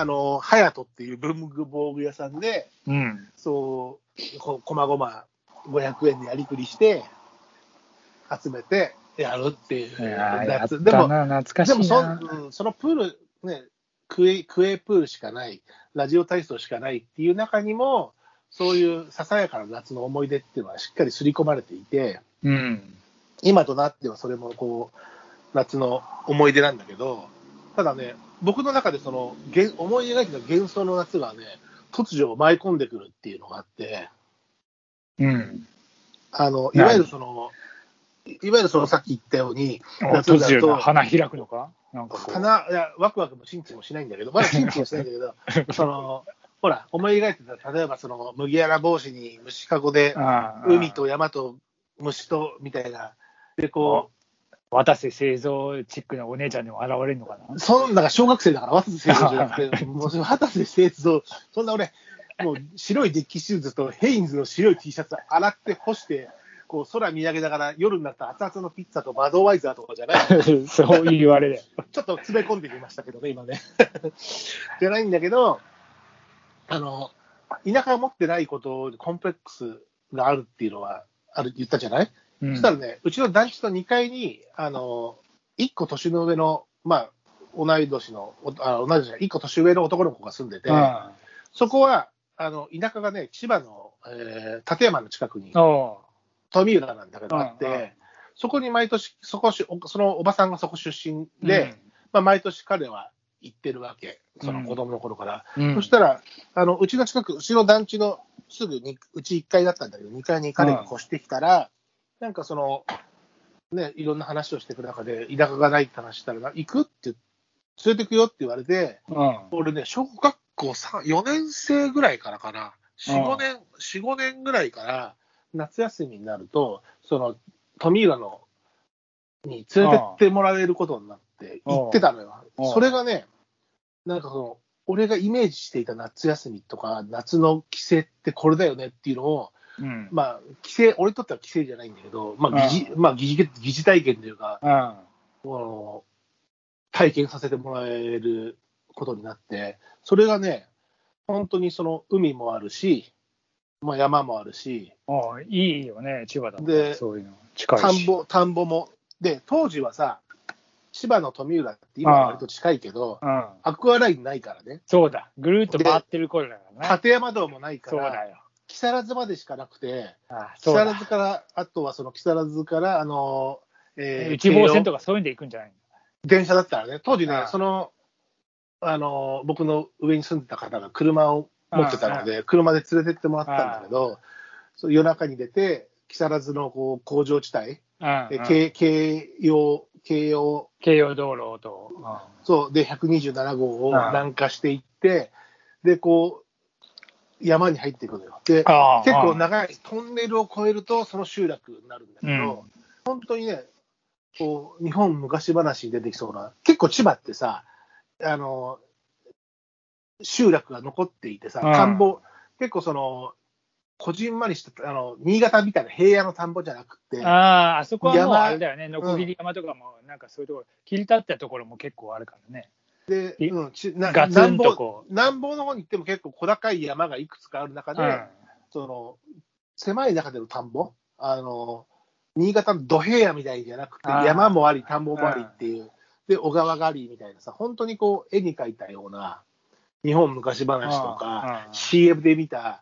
ハヤトっていう文具防具屋さんで、 うん。 こまごま500円でやりくりして集めてやるっていうやったでもな、懐かしいな。 そのプールね、クエプールしかない、ラジオ体操しかないっていう中にも、そういうささやかな夏の思い出っていうのはしっかり刷り込まれていて、 うん。 今となってはそれもこう夏の思い出なんだけど、ただね、僕の中でその思い描いてた幻想の夏がね、突如舞い込んでくるっていうのがあって、 うん。 いわゆるそのさっき言ったように、夏になると花開くのかなんかこう。 いや、ワクワクもチンチンもしないんだけど、まだチンチンはしないんだけど、ほら、思い描いてた、例えばその麦わら帽子に虫かごで、海と山と虫とみたいな、で、こう、 渡瀬製造チックなお姉ちゃんにも現れるのかな。 なんか小学生だから、渡瀬製造じゃなくて、もう渡瀬製造、そんな俺、もう白いデッキシューズとヘインズの白い T シャツ洗って干して、こう空見上げながら夜になった熱々のピッツァとバドワイザーとかじゃない。 そう言われで。 ちょっと詰め込んでみましたけどね、今ね。じゃないんだけど、田舎が持ってないことでコンプレックスがあるっていうのは言ったじゃない、そしたらね、うちの団地の2階に、1個年の上の、まあ、同い年の、1個年上の男の子が住んでて、そこは、田舎がね、千葉の、館山の近くに、富浦なんだけどあって、そこに毎年、そのおばさんがそこ出身で、まあ、毎年彼は行ってるわけ、その子供の頃から。そしたら、うちの団地のすぐに、うち1階だったんだけど、2階に彼が越してきたら、なんかね、いろんな話をしていく中で、田舎がないって話したら、行くって、連れてくよって言われて、俺ね、小学校4年生ぐらいからかな、4、5年ぐらいから、夏休みになると、富浦に連れてってもらえることになって行ってたのよ。それがね、なんか俺がイメージしていた夏休みとか、夏の帰省ってこれだよねっていうのを、まあ、俺にとっては帰省じゃないんだけど、まあ、疑似体験というか、体験させてもらえることになって、それがね、本当に海もあるし、まあ、山もあるし、 いいよね、千葉だで、 そういうの近いし。 田んぼも。で、当時はさ、千葉の富浦って今は割と近いけど、アクアラインないからね。 そうだ、ぐるっと回ってる頃だからね。 立山道もないから、 そうだよ。 木更津までしかなくて、木更津から、あとは木更津から、 内房線とかそういうんで行くんじゃないの？ 電車だったらね、当時ね、僕の上に住んでた方が車を持ってたので、車で連れてってもらったんだけど、夜中に出て、木更津の工場地帯、京葉道路と、 そうで127号を南下していって、で山に入っていくのよ。で、結構長いトンネルを越えるとその集落になるんだけど、本当にね、日本昔話に出てきそうな、結構千葉ってさ、集落が残っていてさ、田んぼ、結構こじんまりした新潟みたいな平野の田んぼじゃなくて、 あそこはもうあれだよね、ノコギリ山とかも、なんかそういうところ、切り立ったところも結構あるからね。 で、 ガツンとこう南房の方に行っても結構小高い山がいくつかある中で、狭い中での田んぼ、新潟の土平野みたいじゃなくて、山もあり、田んぼもありっていう、で、小川がありみたいなさ、本当に絵に描いたような、日本昔話とか、CM で見た、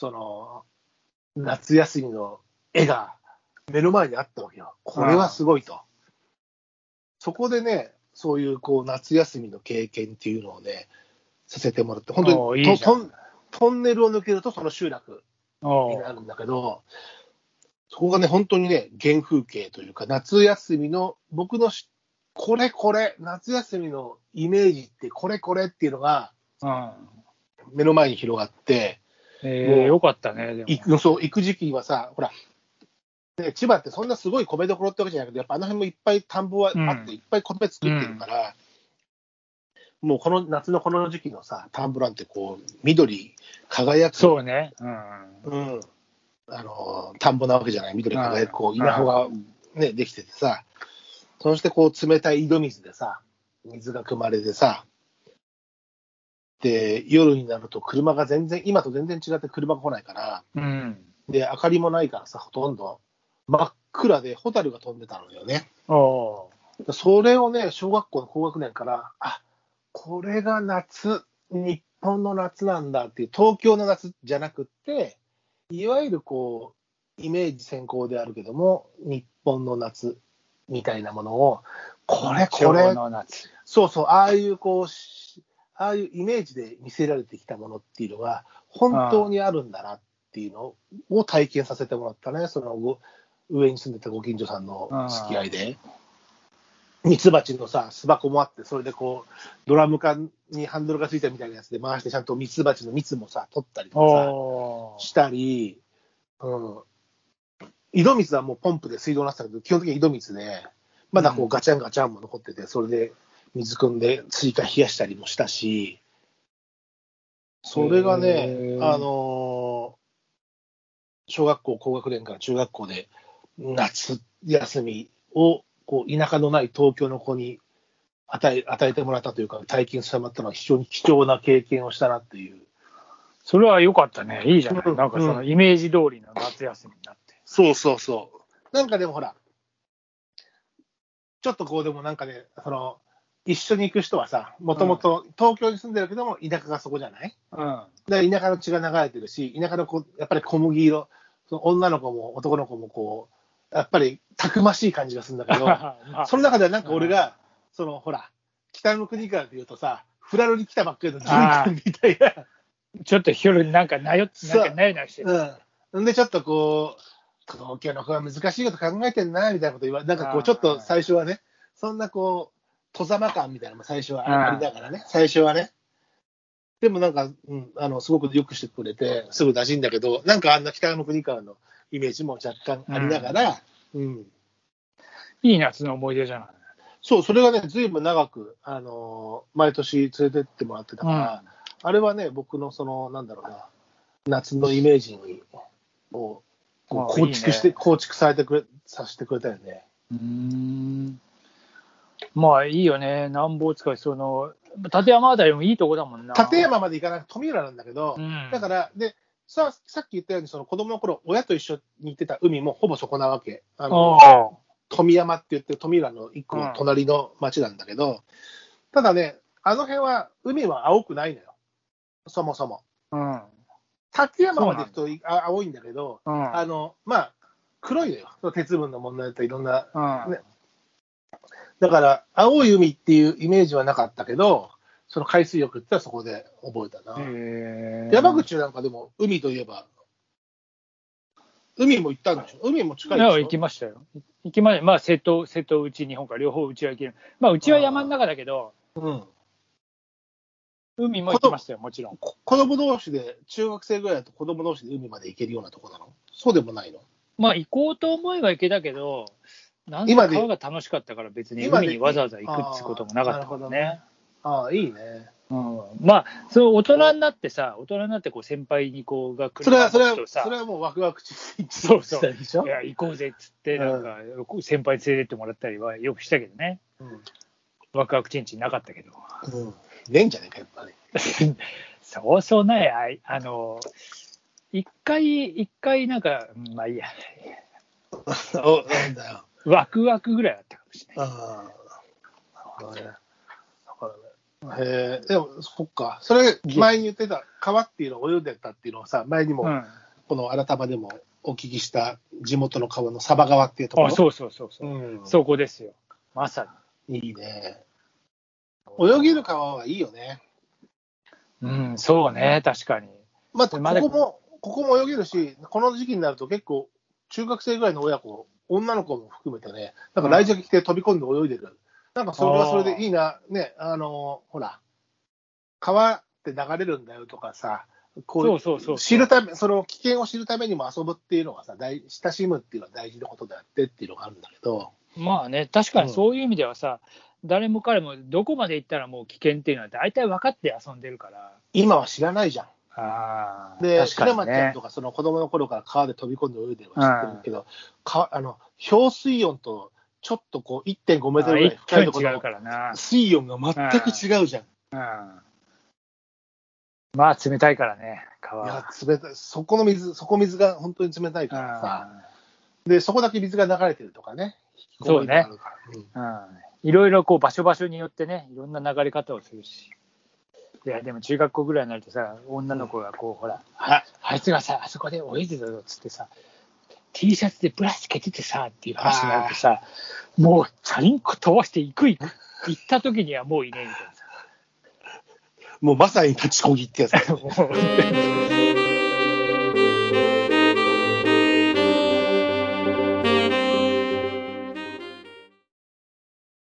夏休みの絵が目の前にあったわけよ。これはすごいと。そこでね、そういう夏休みの経験っていうのをね、させてもらって、本当にトンネルを抜けるとその集落になるんだけど、そこがね、本当にね、原風景というか、夏休みの、僕のこれ、夏休みのイメージってこれっていうのが、目の前に広がって、 よかったね。 行く時期はさ、ほら、千葉ってそんなすごい米どころってわけじゃないけど、やっぱあの辺もいっぱい田んぼはあって、いっぱい米作ってるから、もうこの夏のこの時期のさ、田んぼなんて緑輝く。 そうね。 田んぼなわけじゃない、緑輝く、稲穂がね、できててさ、そして冷たい井戸水でさ、水が汲まれてさ、 って夜になると車が今と全然違って車が来ないから、 うん。 で、明かりもないからさ、ほとんど真っ暗でホタルが飛んでたのよね。 おそれをね、小学校の高学年から、これが夏、日本の夏なんだっていう、東京の夏じゃなくって、いわゆるこう、イメージ先行であるけども、日本の夏みたいなものを、これ、 の夏。 そうそう、ああいうイメージで見せられてきたものっていうのが、本当にあるんだなっていうのを体験させてもらったね、その上に住んでたご近所さんの付き合いで。ミツバチのさ、巣箱もあって、それでこう、ドラム缶にハンドルがついたみたいなやつで回して、ちゃんとミツバチの蜜もさ、取ったりとかさ、したり、井戸水はもうポンプで水道になってたけど、基本的に井戸水で、まだこうガチャンガチャンも残ってて、それで水汲んで追加冷やしたりもしたし、それがね、小学校高学年から中学校で夏休みをこう田舎のない東京の子に与えてもらったというか、体験してもらったのは非常に貴重な経験をしたなっていう。 それは良かったね。いいじゃない。なんかそのイメージ通りの夏休みになって。 そうそうそう。なんかでもほら、ちょっとこうでもなんかね、一緒に行く人はさ、もともと東京に住んでるけども、田舎がそこじゃない？ うん。 だから田舎の血が流れてるし、田舎の子、やっぱり小麦色、その女の子も男の子もこう、やっぱりたくましい感じがするんだけど、その中ではなんか俺が、ほら、北の国からで言うとさ、フラロに来たばっかりのジュン君みたいな。 ちょっと夜なんかなよなしてる。 うん。んで、ちょっとこう、東京の子は難しいこと考えてんな、みたいなこと言われ、なんかこう、ちょっと最初はね、そんなこう、戸ざま感みたいなのも最初はありながらね、最初はね。でもなんか、すごくよくしてくれて、すぐ馴染んだけど、なんかあんな北の国からのイメージも若干ありながら、 いい夏の思い出じゃない。 そう、それがね、ずいぶん長く、毎年連れてってもらってたから、あれはね、僕のなんだろうな、夏のイメージを構築させてくれたよね。 まあいいよね、なんぼ使い、立山あたりもいいとこだもんな。 立山まで行かなくて、富浦なんだけど、だから、で、さっき言ったように、子供の頃、親と一緒に行ってた海もほぼそこなわけ。富山って言って、富浦の一個隣の町なんだけど、ただね、あの辺は、海は青くないのよ。そもそも。立山まで行くと青いんだけど、まあ、黒いのよ。鉄分の問題といろんな、ね。だから、青い海っていうイメージはなかったけど、その海水浴ってのはそこで覚えたな。山口なんかでも、海といえば、海も行ったんでしょ？海も近いでしょ？ 行きましたよ。まあ、瀬戸内、日本から両方うちは行ける。まあ、うちは山の中だけど、海も行きましたよ、もちろん。 子供同士で、中学生ぐらいだと子供同士で海まで行けるようなとこなの？そうでもないの？ まあ、行こうと思えば行けたけど、なんか川が楽しかったから別に海にわざわざ行くってこともなかったからね。 いいね。 まあ、大人になってこう先輩にこうが来るとさ、 それはもうワクワク中そうそう。いや、行こうぜっつって、なんか、先輩に連れてってもらったりはよくしたけどね。ワクワクチンチンなかったけど。 ねえんじゃねえか、やっぱり。 そうない。一回なんか、まあいいや。 なんだよ。 ワクワクぐらいあったかもしれない。 でも、そっか。それ、前に言ってた、川っていうのを泳いでたっていうのをさ、前にも、この改までもお聞きした地元の川の鯖川っていうところ。 そう。そこですよ。まさに。いいね。泳げる川はいいよね。 そうね、確かに。 ここも泳げるし、この時期になると結構、中学生ぐらいの親子、女の子も含めてね、なんか来着着て飛び込んで泳いでる。なんかそれはそれでいいな、ね、ほら、川って流れるんだよとかさ、知るため、その危険を知るためにも遊ぶっていうのがさ、親しむっていうのは大事なことであってっていうのがあるんだけど。 まあね、確かにそういう意味ではさ、誰も彼もどこまで行ったらもう危険っていうのは大体分かって遊んでるから。 今は知らないじゃん。で、白松ちゃんとかその子供の頃から川で飛び込んで泳いでるのは知ってるけど、氷水温とちょっとこう 1.5 メートルぐらい深いところの水温が全く違うじゃん。 まあ冷たいからね、川は。 いや、冷たい。そこ水が本当に冷たいからさ。で、そこだけ水が流れてるとかね。 そうね。いろいろこう場所場所によってね、いろんな流れ方をするし。いや、でも中学校ぐらいになるとさ、女の子がこう、ほら、あいつがさ、あそこで泳いでたぞっつってさ、T シャツでブラシつけててさ、っていう話になるとさ、もうチャリンコ飛ばして行った時にはもういねえみたいなさ。 もうまさに立ちこぎってやつ。